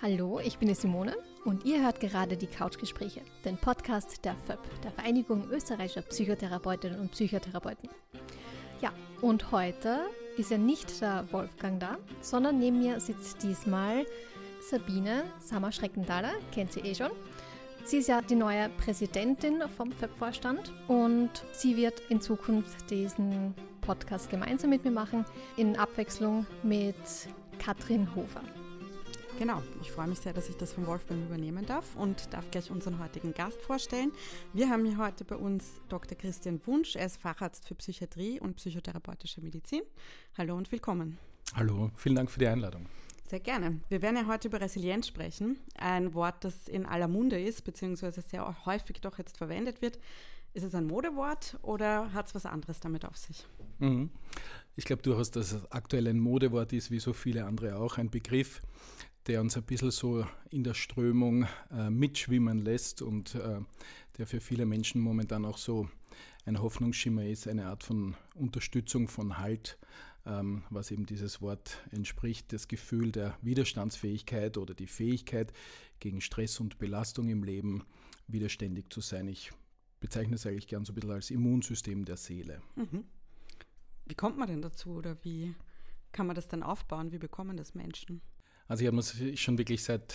Hallo, ich bin die Simone und ihr hört gerade die Couchgespräche, den Podcast der FÖP, der Vereinigung österreichischer Psychotherapeutinnen und Psychotherapeuten. Ja, und heute ist ja nicht der Wolfgang da, sondern neben mir sitzt diesmal Sabine Sammer-Schreckenthaler, kennt sie eh schon. Sie ist ja die neue Präsidentin vom FÖP-Vorstand und sie wird in Zukunft diesen Podcast gemeinsam mit mir machen, in Abwechslung mit Katrin Hofer. Genau, ich freue mich sehr, dass ich das von Wolfgang übernehmen darf und darf gleich unseren heutigen Gast vorstellen. Wir haben hier heute bei uns Dr. Christian Wunsch, er ist Facharzt für Psychiatrie und psychotherapeutische Medizin. Hallo und willkommen. Hallo, vielen Dank für die Einladung. Sehr gerne. Wir werden ja heute über Resilienz sprechen, ein Wort, das in aller Munde ist, beziehungsweise sehr häufig doch jetzt verwendet wird. Ist es ein Modewort oder hat es was anderes damit auf sich? Ich glaube durchaus, dass es aktuell ein Modewort ist, wie so viele andere auch, ein Begriff, der uns ein bisschen so in der Strömung mitschwimmen lässt und der für viele Menschen momentan auch so ein Hoffnungsschimmer ist, eine Art von Unterstützung, von Halt, was eben dieses Wort entspricht, das Gefühl der Widerstandsfähigkeit oder die Fähigkeit, gegen Stress und Belastung im Leben widerständig zu sein. Ich bezeichne es eigentlich gern so ein bisschen als Immunsystem der Seele. Mhm. Wie kommt man denn dazu oder wie kann man das dann aufbauen? Wie bekommen das Menschen? Also ich habe mich schon wirklich seit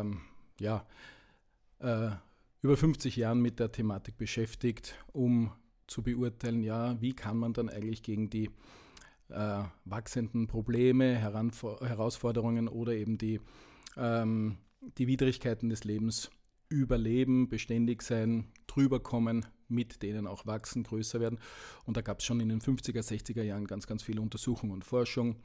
über 50 Jahren mit der Thematik beschäftigt, um zu beurteilen, wie kann man dann eigentlich gegen die wachsenden Probleme, Herausforderungen oder eben die Widrigkeiten des Lebens überleben, beständig sein, drüber kommen, mit denen auch wachsen, größer werden. Und da gab es schon in den 50er, 60er Jahren ganz, ganz viele Untersuchungen und Forschung.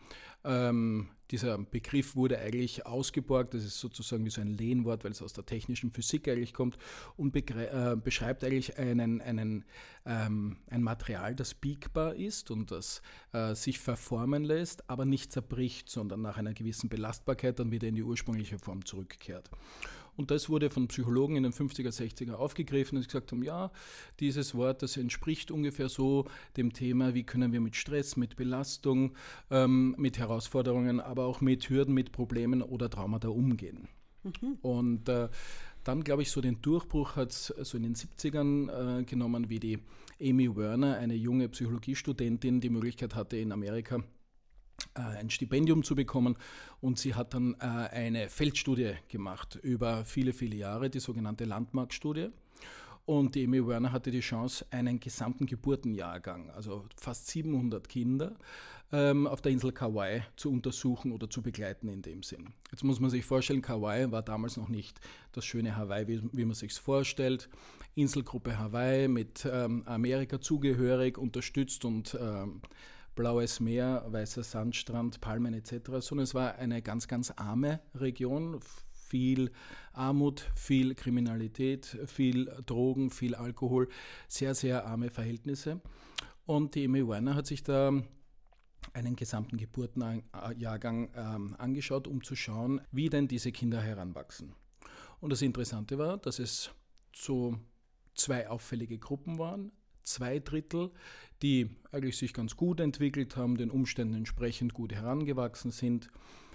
Dieser Begriff wurde eigentlich ausgeborgt, das ist sozusagen wie so ein Lehnwort, weil es aus der technischen Physik eigentlich kommt und beschreibt eigentlich ein Material, das biegbar ist und das sich verformen lässt, aber nicht zerbricht, sondern nach einer gewissen Belastbarkeit dann wieder in die ursprüngliche Form zurückkehrt. Und das wurde von Psychologen in den 50er, 60er aufgegriffen, und gesagt haben, dieses Wort, das entspricht ungefähr so dem Thema, wie können wir mit Stress, mit Belastung, mit Herausforderungen, aber auch mit Hürden, mit Problemen oder Traumata umgehen. Mhm. Und dann, glaube ich, so den Durchbruch hat es so in den 70ern genommen, wie die Amy Werner, eine junge Psychologiestudentin, die Möglichkeit hatte, in Amerika ein Stipendium zu bekommen, und sie hat dann eine Feldstudie gemacht über viele, viele Jahre, die sogenannte Landmark-Studie. Und die Amy Werner hatte die Chance, einen gesamten Geburtenjahrgang, also fast 700 Kinder, auf der Insel Kauai zu untersuchen oder zu begleiten in dem Sinn. Jetzt muss man sich vorstellen, Kauai war damals noch nicht das schöne Hawaii, wie man sich es vorstellt. Inselgruppe Hawaii mit Amerika zugehörig, unterstützt und blaues Meer, weißer Sandstrand, Palmen etc., sondern es war eine ganz, ganz arme Region. Viel Armut, viel Kriminalität, viel Drogen, viel Alkohol, sehr, sehr arme Verhältnisse. Und die Amy Werner hat sich da einen gesamten Geburtenjahrgang angeschaut, um zu schauen, wie denn diese Kinder heranwachsen. Und das Interessante war, dass es so zwei auffällige Gruppen waren. 2/3, die eigentlich sich ganz gut entwickelt haben, den Umständen entsprechend gut herangewachsen sind.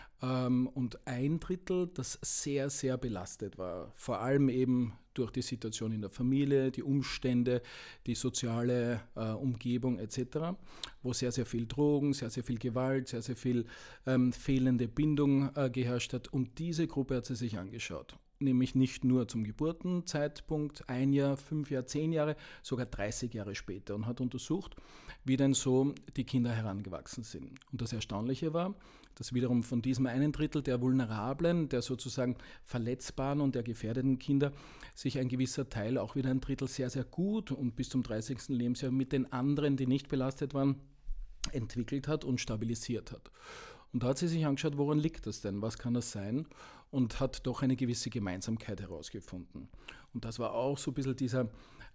Und 1/3, das sehr, sehr belastet war. Vor allem eben durch die Situation in der Familie, die Umstände, die soziale Umgebung etc., wo sehr, sehr viel Drogen, sehr, sehr viel Gewalt, sehr, sehr viel fehlende Bindung geherrscht hat. Und diese Gruppe hat sie sich angeschaut. Nämlich nicht nur zum Geburtenzeitpunkt, 1 Jahr, 5 Jahre, 10 Jahre, sogar 30 Jahre später, und hat untersucht, wie denn so die Kinder herangewachsen sind. Und das Erstaunliche war, dass wiederum von diesem 1/3 der vulnerablen, der sozusagen verletzbaren und der gefährdeten Kinder sich ein gewisser Teil, auch wieder 1/3, sehr, sehr gut und bis zum 30. Lebensjahr mit den anderen, die nicht belastet waren, entwickelt hat und stabilisiert hat. Und da hat sie sich angeschaut, woran liegt das denn, was kann das sein, und hat doch eine gewisse Gemeinsamkeit herausgefunden. Und das war auch so ein bisschen dieser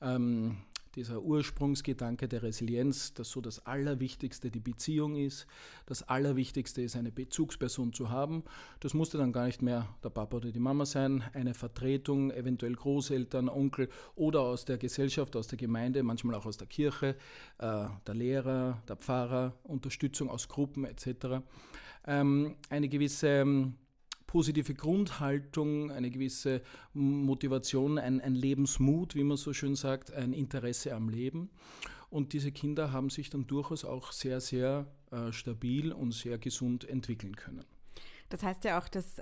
Ursprungsgedanke der Resilienz, dass so das Allerwichtigste die Beziehung ist. Das Allerwichtigste ist, eine Bezugsperson zu haben. Das musste dann gar nicht mehr der Papa oder die Mama sein, eine Vertretung, eventuell Großeltern, Onkel oder aus der Gesellschaft, aus der Gemeinde, manchmal auch aus der Kirche, der Lehrer, der Pfarrer, Unterstützung aus Gruppen etc. Eine gewisse positive Grundhaltung, eine gewisse Motivation, ein Lebensmut, wie man so schön sagt, ein Interesse am Leben. Und diese Kinder haben sich dann durchaus auch sehr, sehr stabil und sehr gesund entwickeln können. Das heißt ja auch, dass,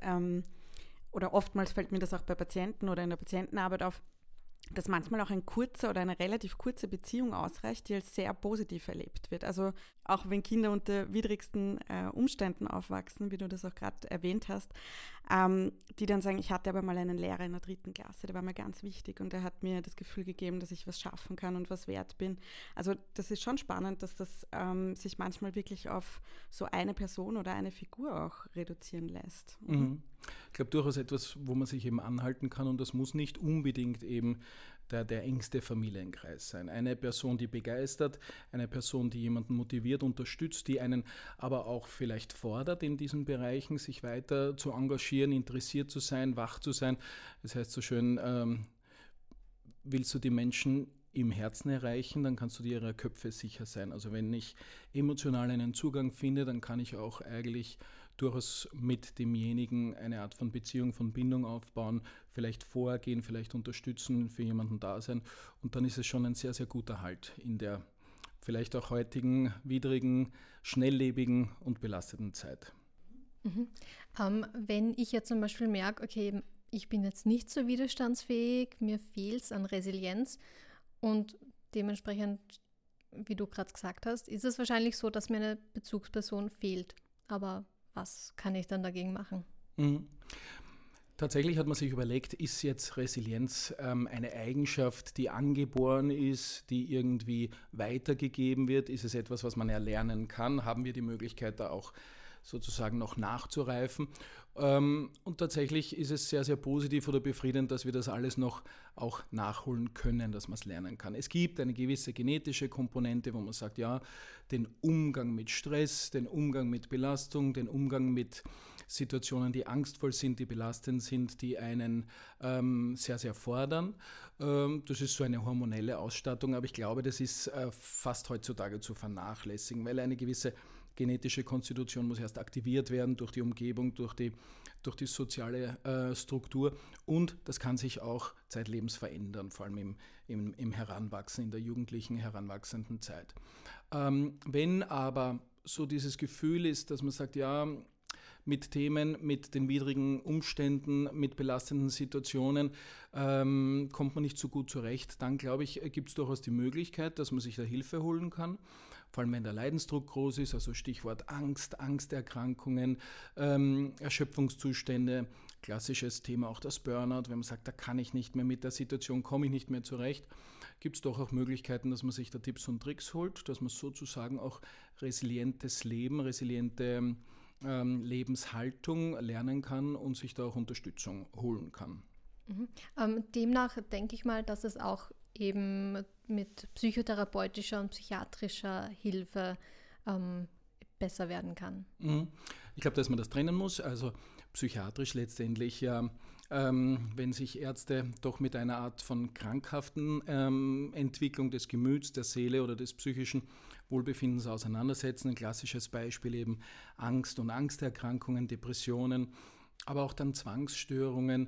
oder oftmals fällt mir das auch bei Patienten oder in der Patientenarbeit auf, dass manchmal auch ein kurzer oder eine relativ kurze Beziehung ausreicht, die als sehr positiv erlebt wird. Also auch wenn Kinder unter widrigsten Umständen aufwachsen, wie du das auch gerade erwähnt hast, die dann sagen, ich hatte aber mal einen Lehrer in der 3. Klasse, der war mir ganz wichtig und der hat mir das Gefühl gegeben, dass ich was schaffen kann und was wert bin. Also das ist schon spannend, dass das sich manchmal wirklich auf so eine Person oder eine Figur auch reduzieren lässt. Mhm. Ich glaube, durchaus etwas, wo man sich eben anhalten kann, und das muss nicht unbedingt eben der engste Familienkreis sein. Eine Person, die begeistert, eine Person, die jemanden motiviert, unterstützt, die einen aber auch vielleicht fordert, in diesen Bereichen sich weiter zu engagieren, interessiert zu sein, wach zu sein. Das heißt so schön, willst du die Menschen im Herzen erreichen, dann kannst du dir ihrer Köpfe sicher sein. Also wenn ich emotional einen Zugang finde, dann kann ich auch eigentlich durchaus mit demjenigen eine Art von Beziehung, von Bindung aufbauen, vielleicht vorgehen, vielleicht unterstützen, für jemanden da sein. Und dann ist es schon ein sehr, sehr guter Halt in der vielleicht auch heutigen, widrigen, schnelllebigen und belasteten Zeit. Mhm. Wenn ich jetzt zum Beispiel merke, okay, ich bin jetzt nicht so widerstandsfähig, mir fehlt es an Resilienz und dementsprechend, wie du gerade gesagt hast, ist es wahrscheinlich so, dass mir eine Bezugsperson fehlt. Aber was kann ich dann dagegen machen? Mhm. Tatsächlich hat man sich überlegt, ist jetzt Resilienz eine Eigenschaft, die angeboren ist, die irgendwie weitergegeben wird? Ist es etwas, was man erlernen kann? Haben wir die Möglichkeit, da auch sozusagen noch nachzureifen? Und tatsächlich ist es sehr, sehr positiv oder befriedigend, dass wir das alles noch auch nachholen können, dass man es lernen kann. Es gibt eine gewisse genetische Komponente, wo man sagt, ja, den Umgang mit Stress, den Umgang mit Belastung, den Umgang mit Situationen, die angstvoll sind, die belastend sind, die einen sehr, sehr fordern. Das ist so eine hormonelle Ausstattung, aber ich glaube, das ist fast heutzutage zu vernachlässigen, weil eine gewisse genetische Konstitution muss erst aktiviert werden durch die Umgebung, durch die soziale Struktur, und das kann sich auch zeitlebens verändern, vor allem im Heranwachsen, in der jugendlichen, heranwachsenden Zeit. Wenn aber so dieses Gefühl ist, dass man sagt, ja, mit Themen, mit den widrigen Umständen, mit belastenden Situationen kommt man nicht so gut zurecht, dann glaube ich, gibt es durchaus die Möglichkeit, dass man sich da Hilfe holen kann. Vor allem wenn der Leidensdruck groß ist, also Stichwort Angst, Angsterkrankungen, Erschöpfungszustände, klassisches Thema auch das Burnout, wenn man sagt, da kann ich nicht mehr mit der Situation, komme ich nicht mehr zurecht, gibt es doch auch Möglichkeiten, dass man sich da Tipps und Tricks holt, dass man sozusagen auch resilientes Leben, resiliente Lebenshaltung lernen kann und sich da auch Unterstützung holen kann. Mhm. Demnach denke ich mal, dass es auch eben mit psychotherapeutischer und psychiatrischer Hilfe besser werden kann. Ich glaube, dass man das trennen muss. Also psychiatrisch letztendlich ja, wenn sich Ärzte doch mit einer Art von krankhaften Entwicklung des Gemüts, der Seele oder des psychischen Wohlbefindens auseinandersetzen. Ein klassisches Beispiel eben Angst und Angsterkrankungen, Depressionen, aber auch dann Zwangsstörungen.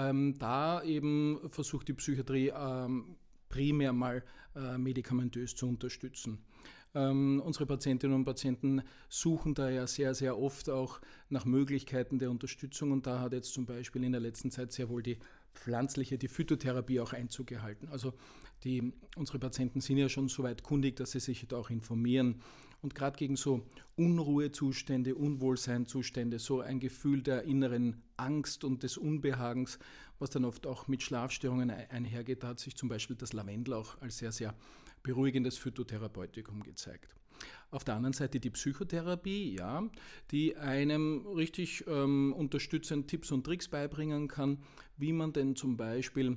Da eben versucht die Psychiatrie primär mal medikamentös zu unterstützen. Unsere Patientinnen und Patienten suchen da ja sehr, sehr oft auch nach Möglichkeiten der Unterstützung, und da hat jetzt zum Beispiel in der letzten Zeit sehr wohl die Phytotherapie auch Einzug gehalten. Also unsere Patienten sind ja schon so weit kundig, dass sie sich da auch informieren. Und gerade gegen so Unruhezustände, Unwohlseinzustände, so ein Gefühl der inneren Angst und des Unbehagens, was dann oft auch mit Schlafstörungen einhergeht, da hat sich zum Beispiel das Lavendel auch als sehr, sehr beruhigendes Phytotherapeutikum gezeigt. Auf der anderen Seite die Psychotherapie, ja, die einem richtig unterstützend Tipps und Tricks beibringen kann, wie man denn zum Beispiel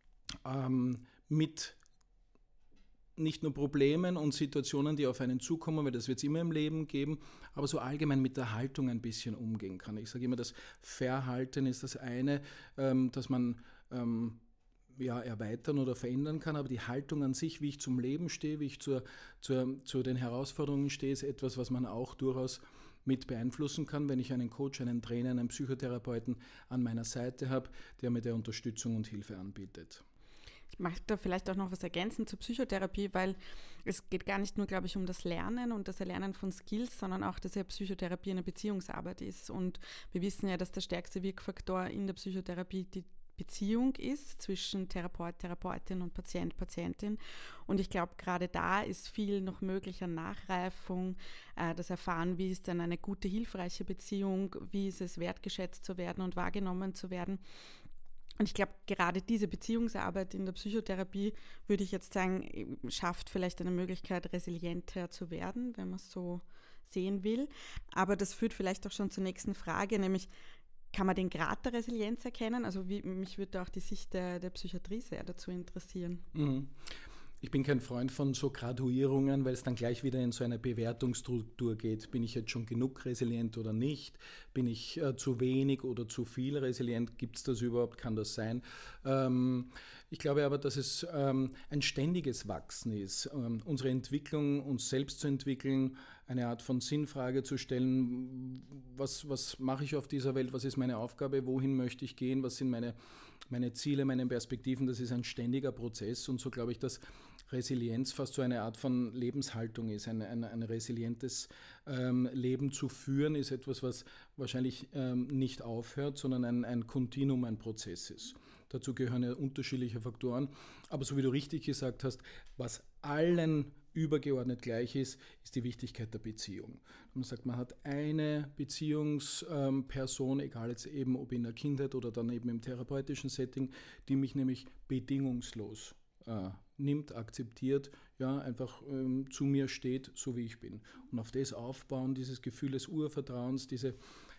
mit nicht nur Problemen und Situationen, die auf einen zukommen, weil das wird es immer im Leben geben, aber so allgemein mit der Haltung ein bisschen umgehen kann. Ich sage immer, das Verhalten ist das eine, dass man erweitern oder verändern kann, aber die Haltung an sich, wie ich zum Leben stehe, wie ich zu den Herausforderungen stehe, ist etwas, was man auch durchaus mit beeinflussen kann, wenn ich einen Coach, einen Trainer, einen Psychotherapeuten an meiner Seite habe, der mir der Unterstützung und Hilfe anbietet. Ich möchte da vielleicht auch noch was ergänzen zur Psychotherapie, weil es geht gar nicht nur, glaube ich, um das Lernen und das Erlernen von Skills, sondern auch, dass ja Psychotherapie eine Beziehungsarbeit ist. Und wir wissen ja, dass der stärkste Wirkfaktor in der Psychotherapie die Beziehung ist zwischen Therapeut, Therapeutin und Patient, Patientin. Und ich glaube, gerade da ist viel noch möglich an Nachreifung, das Erfahren, wie ist denn eine gute, hilfreiche Beziehung, wie ist es, wertgeschätzt zu werden und wahrgenommen zu werden. Und ich glaube, gerade diese Beziehungsarbeit in der Psychotherapie, würde ich jetzt sagen, schafft vielleicht eine Möglichkeit, resilienter zu werden, wenn man es so sehen will. Aber das führt vielleicht auch schon zur nächsten Frage, nämlich, kann man den Grad der Resilienz erkennen? Also mich würde auch die Sicht der Psychiatrie sehr dazu interessieren. Mhm. Ich bin kein Freund von so Graduierungen, weil es dann gleich wieder in so eine Bewertungsstruktur geht. Bin ich jetzt schon genug resilient oder nicht? Bin ich zu wenig oder zu viel resilient? Gibt es das überhaupt? Kann das sein? Ich glaube aber, dass es ein ständiges Wachsen ist. Unsere Entwicklung, uns selbst zu entwickeln, eine Art von Sinnfrage zu stellen, was mache ich auf dieser Welt, was ist meine Aufgabe, wohin möchte ich gehen, was sind meine Ziele, meine Perspektiven, das ist ein ständiger Prozess und so glaube ich, dass Resilienz fast so eine Art von Lebenshaltung ist. Ein resilientes Leben zu führen ist etwas, was wahrscheinlich nicht aufhört, sondern ein Kontinuum, ein Prozess ist. Dazu gehören ja unterschiedliche Faktoren. Aber so wie du richtig gesagt hast, was allen übergeordnet gleich ist die Wichtigkeit der Beziehung. Man sagt, man hat eine Beziehungsperson, egal jetzt eben ob in der Kindheit oder dann eben im therapeutischen Setting, die mich nämlich bedingungslos nimmt, akzeptiert, ja, einfach zu mir steht, so wie ich bin. Und auf das aufbauen, dieses Gefühl des Urvertrauens, diese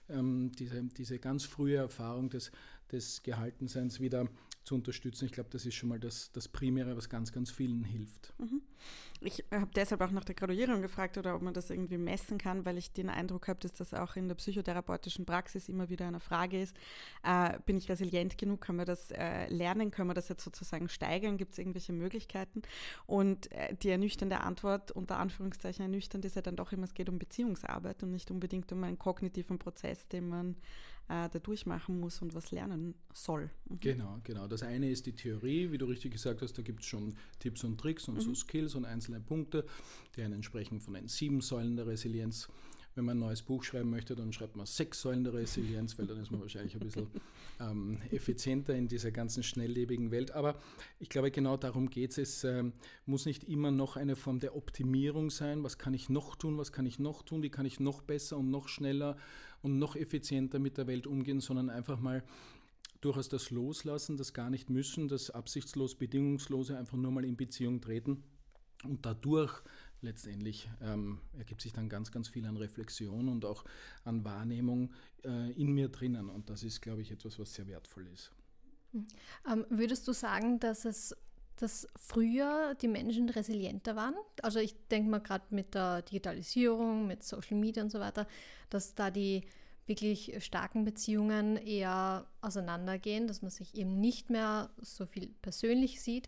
ganz frühe Erfahrung des Gehaltenseins wieder zu unterstützen. Ich glaube, das ist schon mal das Primäre, was ganz, ganz vielen hilft. Ich habe deshalb auch nach der Graduierung gefragt oder ob man das irgendwie messen kann, weil ich den Eindruck habe, dass das auch in der psychotherapeutischen Praxis immer wieder eine Frage ist. Bin ich resilient genug? Kann man das lernen? Können wir das jetzt sozusagen steigern? Gibt es irgendwelche Möglichkeiten? Und die ernüchternde Antwort, unter Anführungszeichen ernüchternd, ist ja dann doch immer, es geht um Beziehungsarbeit und nicht unbedingt um einen kognitiven Prozess, den man da durchmachen muss und was lernen soll. Genau. Das eine ist die Theorie, wie du richtig gesagt hast, da gibt es schon Tipps und Tricks und so Skills und einzelne Punkte, die einen sprechen von den 7 Säulen der Resilienz. Wenn man ein neues Buch schreiben möchte, dann schreibt man 6 Säulen der Resilienz, weil dann ist man wahrscheinlich ein bisschen effizienter in dieser ganzen schnelllebigen Welt. Aber ich glaube, genau darum geht es. Es muss nicht immer noch eine Form der Optimierung sein. Was kann ich noch tun? Wie kann ich noch besser und noch schneller und noch effizienter mit der Welt umgehen, sondern einfach mal durchaus das Loslassen, das gar nicht müssen, das absichtslos, bedingungslose, einfach nur mal in Beziehung treten und dadurch letztendlich ergibt sich dann ganz, ganz viel an Reflexion und auch an Wahrnehmung in mir drinnen und das ist, glaube ich, etwas, was sehr wertvoll ist. Würdest du sagen, dass früher die Menschen resilienter waren? Also ich denke mal gerade mit der Digitalisierung, mit Social Media und so weiter, dass da die wirklich starken Beziehungen eher auseinandergehen, dass man sich eben nicht mehr so viel persönlich sieht.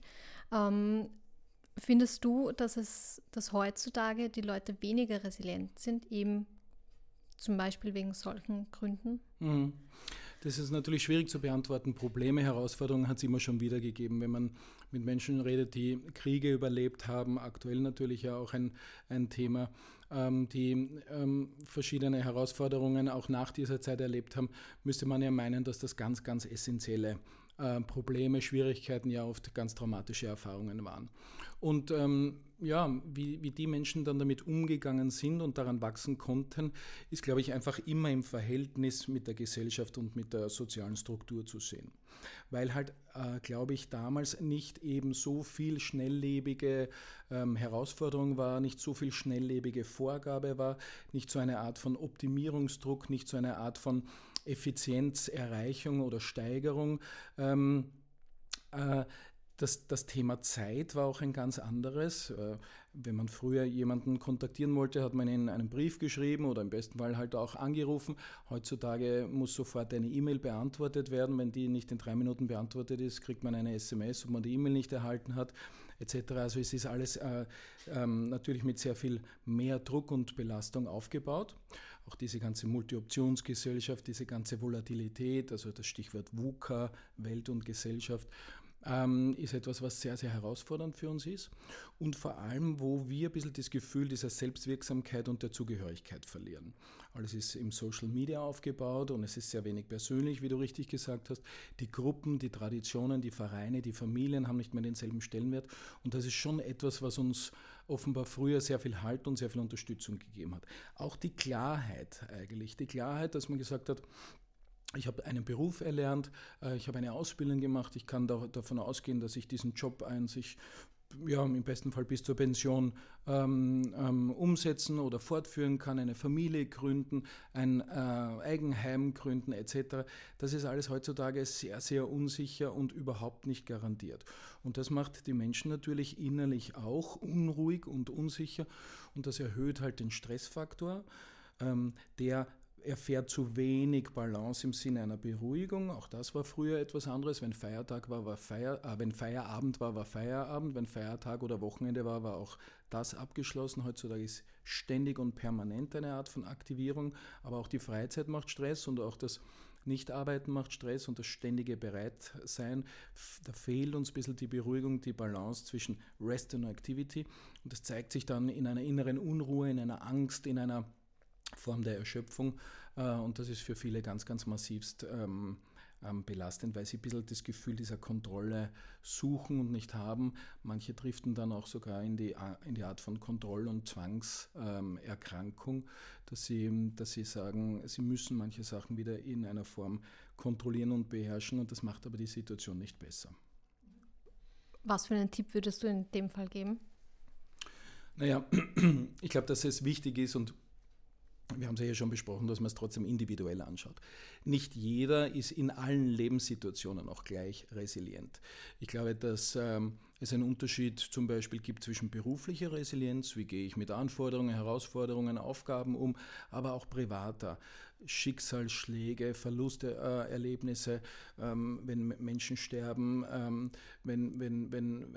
Findest du, dass heutzutage die Leute weniger resilient sind, eben zum Beispiel wegen solchen Gründen? Das ist natürlich schwierig zu beantworten. Probleme, Herausforderungen hat es immer schon wieder gegeben. Wenn man mit Menschen redet, die Kriege überlebt haben, aktuell natürlich ja auch ein Thema, die verschiedene Herausforderungen auch nach dieser Zeit erlebt haben, müsste man ja meinen, dass das ganz, ganz essentielle Probleme, Schwierigkeiten, ja oft ganz traumatische Erfahrungen waren. Und wie die Menschen dann damit umgegangen sind und daran wachsen konnten, ist, glaube ich, einfach immer im Verhältnis mit der Gesellschaft und mit der sozialen Struktur zu sehen. Weil halt, glaube ich, damals nicht eben so viel schnelllebige Herausforderung war, nicht so viel schnelllebige Vorgabe war, nicht so eine Art von Optimierungsdruck, nicht so eine Art von Effizienzerreichung oder Steigerung. Das Thema Zeit war auch ein ganz anderes. Wenn man früher jemanden kontaktieren wollte, hat man ihnen einen Brief geschrieben oder im besten Fall halt auch angerufen. Heutzutage muss sofort eine E-Mail beantwortet werden. Wenn die nicht in 3 Minuten beantwortet ist, kriegt man eine SMS, ob man die E-Mail nicht erhalten hat, etc. Also es ist alles natürlich mit sehr viel mehr Druck und Belastung aufgebaut. Auch diese ganze Multi-Optionsgesellschaft, diese ganze Volatilität, also das Stichwort VUCA, Welt und Gesellschaft, ist etwas, was sehr, sehr herausfordernd für uns ist und vor allem, wo wir ein bisschen das Gefühl dieser Selbstwirksamkeit und der Zugehörigkeit verlieren. Alles ist im Social Media aufgebaut und es ist sehr wenig persönlich, wie du richtig gesagt hast. Die Gruppen, die Traditionen, die Vereine, die Familien haben nicht mehr denselben Stellenwert und das ist schon etwas, was uns offenbar früher sehr viel Halt und sehr viel Unterstützung gegeben hat. Auch die Klarheit eigentlich, dass man gesagt hat, ich habe einen Beruf erlernt, ich habe eine Ausbildung gemacht, ich kann davon ausgehen, dass ich diesen Job im besten Fall bis zur Pension umsetzen oder fortführen kann, eine Familie gründen, ein Eigenheim gründen etc. Das ist alles heutzutage sehr, sehr unsicher und überhaupt nicht garantiert. Und das macht die Menschen natürlich innerlich auch unruhig und unsicher und das erhöht halt den Stressfaktor, der erfährt zu wenig Balance im Sinne einer Beruhigung. Auch das war früher etwas anderes. Wenn Feiertag war, wenn Feierabend war Feierabend. Wenn Feiertag oder Wochenende war auch das abgeschlossen. Heutzutage ist ständig und permanent eine Art von Aktivierung. Aber auch die Freizeit macht Stress und auch das Nichtarbeiten macht Stress und das ständige Bereitsein. Da fehlt uns ein bisschen die Beruhigung, die Balance zwischen Rest und Activity. Und das zeigt sich dann in einer inneren Unruhe, in einer Angst, in einer Form der Erschöpfung und das ist für viele ganz, ganz massivst belastend, weil sie ein bisschen das Gefühl dieser Kontrolle suchen und nicht haben. Manche driften dann auch sogar in die Art von Kontroll- und Zwangserkrankung, dass sie sagen, sie müssen manche Sachen wieder in einer Form kontrollieren und beherrschen und das macht aber die Situation nicht besser. Was für einen Tipp würdest du in dem Fall geben? Naja, ich glaube, dass es wichtig ist und wir haben es ja schon besprochen, dass man es trotzdem individuell anschaut. Nicht jeder ist in allen Lebenssituationen auch gleich resilient. Ich glaube, dass es einen Unterschied zum Beispiel gibt zwischen beruflicher Resilienz, wie gehe ich mit Anforderungen, Herausforderungen, Aufgaben um, aber auch privater. Schicksalsschläge, Verluste, Erlebnisse, wenn Menschen sterben, wenn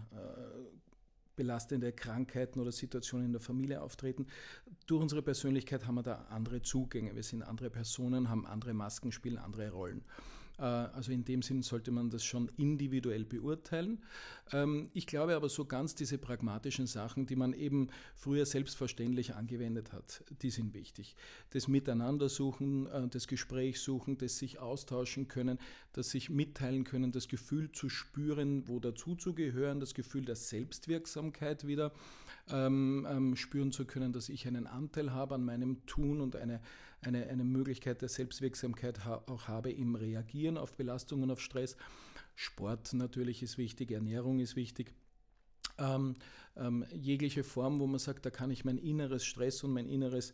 belastende Krankheiten oder Situationen in der Familie auftreten. Durch unsere Persönlichkeit haben wir da andere Zugänge. Wir sind andere Personen, haben andere Masken, spielen andere Rollen. Also in dem Sinn sollte man das schon individuell beurteilen. Ich glaube aber so ganz diese pragmatischen Sachen, die man eben früher selbstverständlich angewendet hat, die sind wichtig. Das Miteinandersuchen, das Gespräch suchen, das sich austauschen können, das sich mitteilen können, das Gefühl zu spüren, wo dazuzugehören, das Gefühl der Selbstwirksamkeit wieder spüren zu können, dass ich einen Anteil habe an meinem Tun und eine Möglichkeit der Selbstwirksamkeit auch habe im Reagieren auf Belastungen, auf Stress. Sport natürlich ist wichtig, Ernährung ist wichtig. Jegliche Form, wo man sagt, da kann ich mein inneres Stress und mein inneres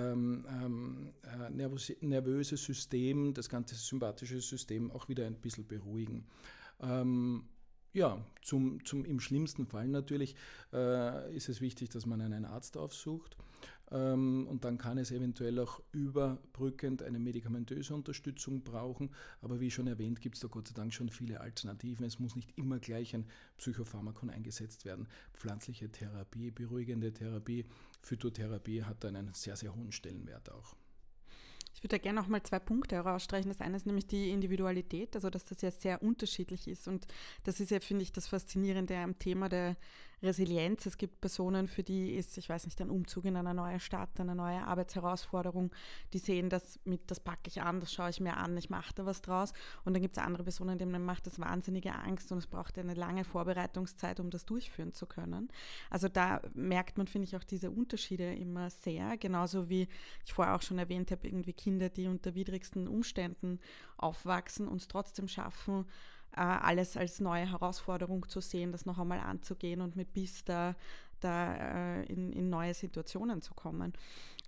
nervöses System, das ganze sympathische System auch wieder ein bisschen beruhigen. Ja, im schlimmsten Fall natürlich ist es wichtig, dass man einen Arzt aufsucht und dann kann es eventuell auch überbrückend eine medikamentöse Unterstützung brauchen, aber wie schon erwähnt, gibt es da Gott sei Dank schon viele Alternativen. Es muss nicht immer gleich ein Psychopharmakon eingesetzt werden. Pflanzliche Therapie, beruhigende Therapie, Phytotherapie hat da einen sehr, sehr hohen Stellenwert auch. Ich würde da gerne noch mal 2 Punkte herausstreichen. Das eine ist nämlich die Individualität, also dass das ja sehr unterschiedlich ist und das ist ja, finde ich, das Faszinierende am Thema der Resilienz. Es gibt Personen, für die ist, ich weiß nicht, ein Umzug in eine neue Stadt, eine neue Arbeitsherausforderung, die sehen das packe ich an, das schaue ich mir an, ich mache da was draus und dann gibt es andere Personen, denen macht das wahnsinnige Angst und es braucht eine lange Vorbereitungszeit, um das durchführen zu können. Also da merkt man, finde ich, auch diese Unterschiede immer sehr, genauso wie ich vorher auch schon erwähnt habe, irgendwie Kinder, die unter widrigsten Umständen aufwachsen und es trotzdem schaffen, alles als neue Herausforderung zu sehen, das noch einmal anzugehen und mit Biss da in neue Situationen zu kommen.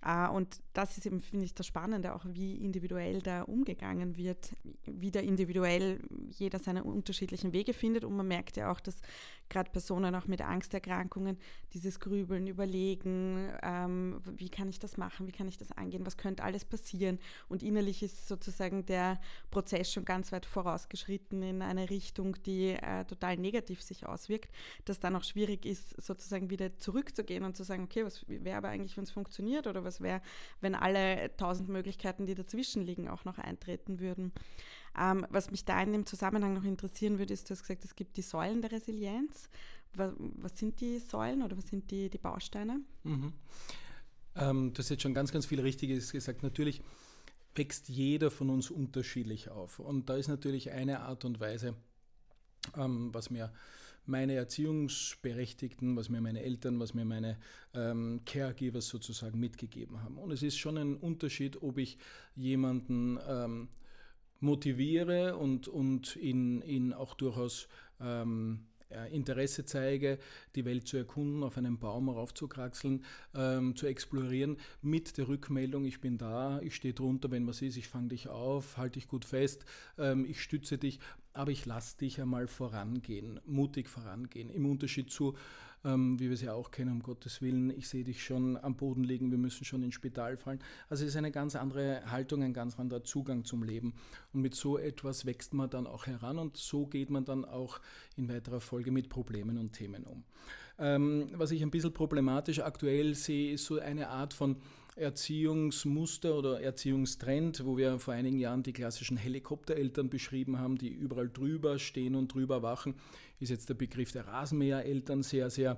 Und das ist eben, finde ich, das Spannende, auch wie individuell da umgegangen wird, wie da individuell jeder seine unterschiedlichen Wege findet. Und man merkt ja auch, dass gerade Personen auch mit Angsterkrankungen dieses Grübeln, Überlegen, wie kann ich das machen, wie kann ich das angehen, was könnte alles passieren. Und innerlich ist sozusagen der Prozess schon ganz weit vorausgeschritten in eine Richtung, die total negativ sich auswirkt, dass dann auch schwierig ist, sozusagen wieder zurückzugehen und zu sagen, okay, was wäre aber eigentlich, wenn es funktioniert, oder was wäre, wenn alle 1000 Möglichkeiten, die dazwischen liegen, auch noch eintreten würden. Was mich da in dem Zusammenhang noch interessieren würde, ist, du hast gesagt, es gibt die Säulen der Resilienz. Was sind die Säulen oder was sind die Bausteine? Mhm. Du hast jetzt schon ganz, ganz viel Richtiges gesagt. Natürlich wächst jeder von uns unterschiedlich auf. Und da ist natürlich eine Art und Weise, was mir meine Erziehungsberechtigten, was mir meine Eltern, was mir meine Caregivers sozusagen mitgegeben haben. Und es ist schon ein Unterschied, ob ich jemanden motiviere und ihn auch durchaus Interesse zeige, die Welt zu erkunden, auf einen Baum raufzukraxeln, zu explorieren, mit der Rückmeldung, ich bin da, ich stehe drunter, wenn was ist, ich fange dich auf, halte dich gut fest, ich stütze dich, aber ich lasse dich einmal vorangehen, mutig vorangehen, im Unterschied zu, wie wir es ja auch kennen, um Gottes Willen, ich sehe dich schon am Boden liegen, wir müssen schon ins Spital fallen. Also es ist eine ganz andere Haltung, ein ganz anderer Zugang zum Leben. Und mit so etwas wächst man dann auch heran und so geht man dann auch in weiterer Folge mit Problemen und Themen um. Was ich ein bisschen problematisch aktuell sehe, ist so eine Art von Erziehungsmuster oder Erziehungstrend, wo wir vor einigen Jahren die klassischen Helikoptereltern beschrieben haben, die überall drüber stehen und drüber wachen, ist jetzt der Begriff der Rasenmähereltern sehr, sehr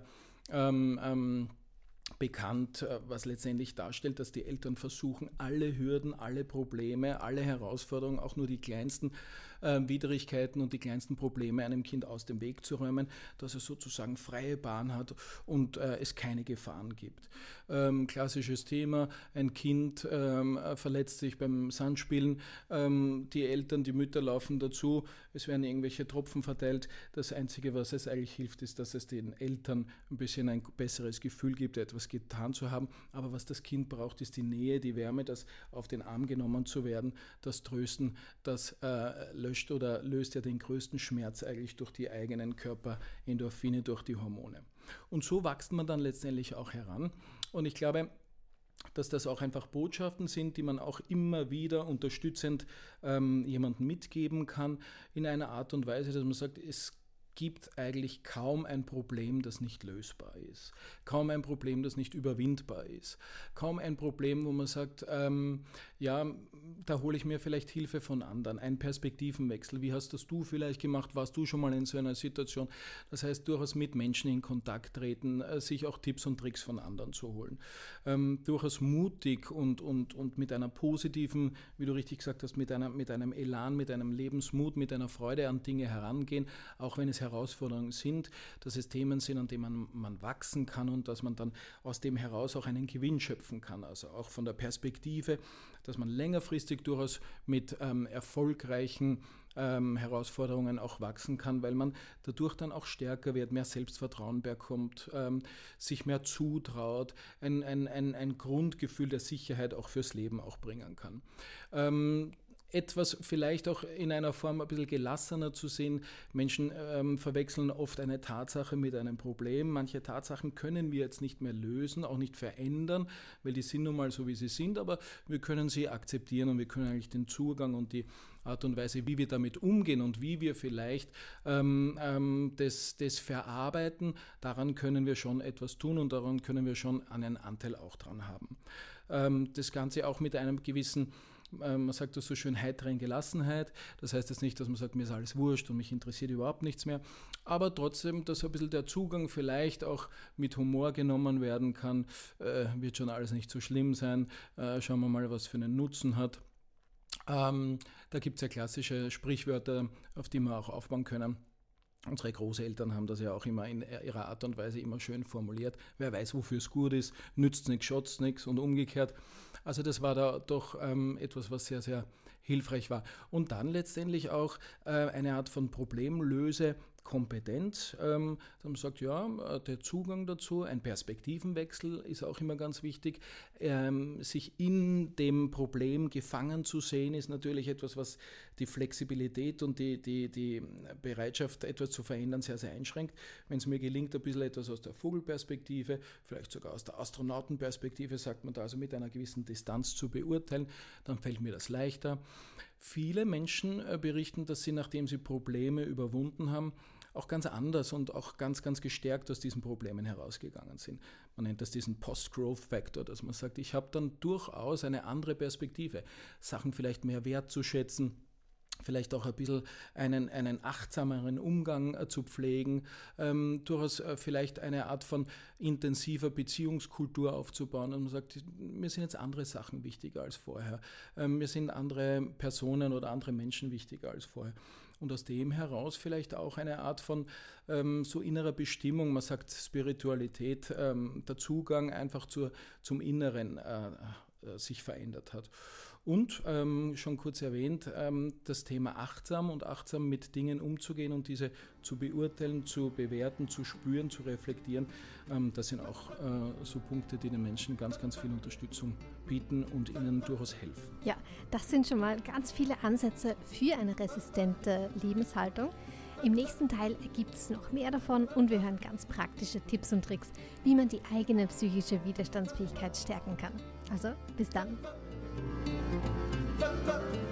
bekannt, was letztendlich darstellt, dass die Eltern versuchen, alle Hürden, alle Probleme, alle Herausforderungen, auch nur die kleinsten Widrigkeiten und die kleinsten Probleme einem Kind aus dem Weg zu räumen, dass es sozusagen freie Bahn hat und es keine Gefahren gibt. Klassisches Thema, ein Kind verletzt sich beim Sandspielen, die Eltern, die Mütter laufen dazu, es werden irgendwelche Tropfen verteilt. Das Einzige, was es eigentlich hilft, ist, dass es den Eltern ein bisschen ein besseres Gefühl gibt, etwas getan zu haben. Aber was das Kind braucht, ist die Nähe, die Wärme, das auf den Arm genommen zu werden, das Trösten, das löscht oder löst ja den größten Schmerz eigentlich durch die eigenen Körperendorphine, durch die Hormone. Und so wächst man dann letztendlich auch heran. Und ich glaube, dass das auch einfach Botschaften sind, die man auch immer wieder unterstützend jemandem mitgeben kann, in einer Art und Weise, dass man sagt, es gibt eigentlich kaum ein Problem, das nicht lösbar ist. Kaum ein Problem, das nicht überwindbar ist. Kaum ein Problem, wo man sagt, ja, da hole ich mir vielleicht Hilfe von anderen. Ein Perspektivenwechsel. Wie hast das du vielleicht gemacht? Warst du schon mal in so einer Situation? Das heißt, durchaus mit Menschen in Kontakt treten, sich auch Tipps und Tricks von anderen zu holen. Durchaus mutig und mit einer positiven, wie du richtig gesagt hast, mit einem Elan, mit einem Lebensmut, mit einer Freude an Dinge herangehen, auch wenn es Herausforderungen sind, dass es Themen sind, an denen man wachsen kann und dass man dann aus dem heraus auch einen Gewinn schöpfen kann. Also auch von der Perspektive, dass man längerfristig durchaus mit erfolgreichen Herausforderungen auch wachsen kann, weil man dadurch dann auch stärker wird, mehr Selbstvertrauen bekommt, sich mehr zutraut, ein Grundgefühl der Sicherheit auch fürs Leben auch bringen kann. Etwas vielleicht auch in einer Form ein bisschen gelassener zu sehen. Menschen verwechseln oft eine Tatsache mit einem Problem. Manche Tatsachen können wir jetzt nicht mehr lösen, auch nicht verändern, weil die sind nun mal so, wie sie sind, aber wir können sie akzeptieren und wir können eigentlich den Zugang und die Art und Weise, wie wir damit umgehen und wie wir vielleicht das verarbeiten, daran können wir schon etwas tun und daran können wir schon einen Anteil auch dran haben. Das Ganze auch mit einem gewissen, man sagt das so schön, heiteren Gelassenheit. Das heißt jetzt nicht, dass man sagt, mir ist alles wurscht und mich interessiert überhaupt nichts mehr. Aber trotzdem, dass ein bisschen der Zugang vielleicht auch mit Humor genommen werden kann. Wird schon alles nicht so schlimm sein. Schauen wir mal, was für einen Nutzen hat. Da gibt es ja klassische Sprichwörter, auf die wir auch aufbauen können. Unsere Großeltern haben das ja auch immer in ihrer Art und Weise immer schön formuliert. Wer weiß, wofür es gut ist, nützt nichts, schaut's nichts und umgekehrt. Also das war da doch etwas, was sehr, sehr hilfreich war. Und dann letztendlich auch eine Art von Problemlöse kompetent, dass man sagt, ja, der Zugang dazu, ein Perspektivenwechsel ist auch immer ganz wichtig. Sich in dem Problem gefangen zu sehen, ist natürlich etwas, was die Flexibilität und die Bereitschaft, etwas zu verändern, sehr, sehr einschränkt. Wenn es mir gelingt, ein bisschen etwas aus der Vogelperspektive, vielleicht sogar aus der Astronautenperspektive, sagt man da, also mit einer gewissen Distanz zu beurteilen, dann fällt mir das leichter. Viele Menschen berichten, dass sie, nachdem sie Probleme überwunden haben, auch ganz anders und auch ganz, ganz gestärkt aus diesen Problemen herausgegangen sind. Man nennt das diesen Post-Growth-Factor, dass man sagt, ich habe dann durchaus eine andere Perspektive, Sachen vielleicht mehr wertzuschätzen, vielleicht auch ein bisschen einen achtsameren Umgang zu pflegen, durchaus vielleicht eine Art von intensiver Beziehungskultur aufzubauen. Und man sagt, mir sind jetzt andere Sachen wichtiger als vorher. Mir sind andere Personen oder andere Menschen wichtiger als vorher. Und aus dem heraus vielleicht auch eine Art von so innerer Bestimmung, man sagt Spiritualität, der Zugang einfach zum Inneren sich verändert hat. Und schon kurz erwähnt, das Thema achtsam mit Dingen umzugehen und diese zu beurteilen, zu bewerten, zu spüren, zu reflektieren, das sind auch so Punkte, die den Menschen ganz, ganz viel Unterstützung bieten und ihnen durchaus helfen. Ja, das sind schon mal ganz viele Ansätze für eine resistente Lebenshaltung. Im nächsten Teil gibt es noch mehr davon und wir hören ganz praktische Tipps und Tricks, wie man die eigene psychische Widerstandsfähigkeit stärken kann. Also, bis dann!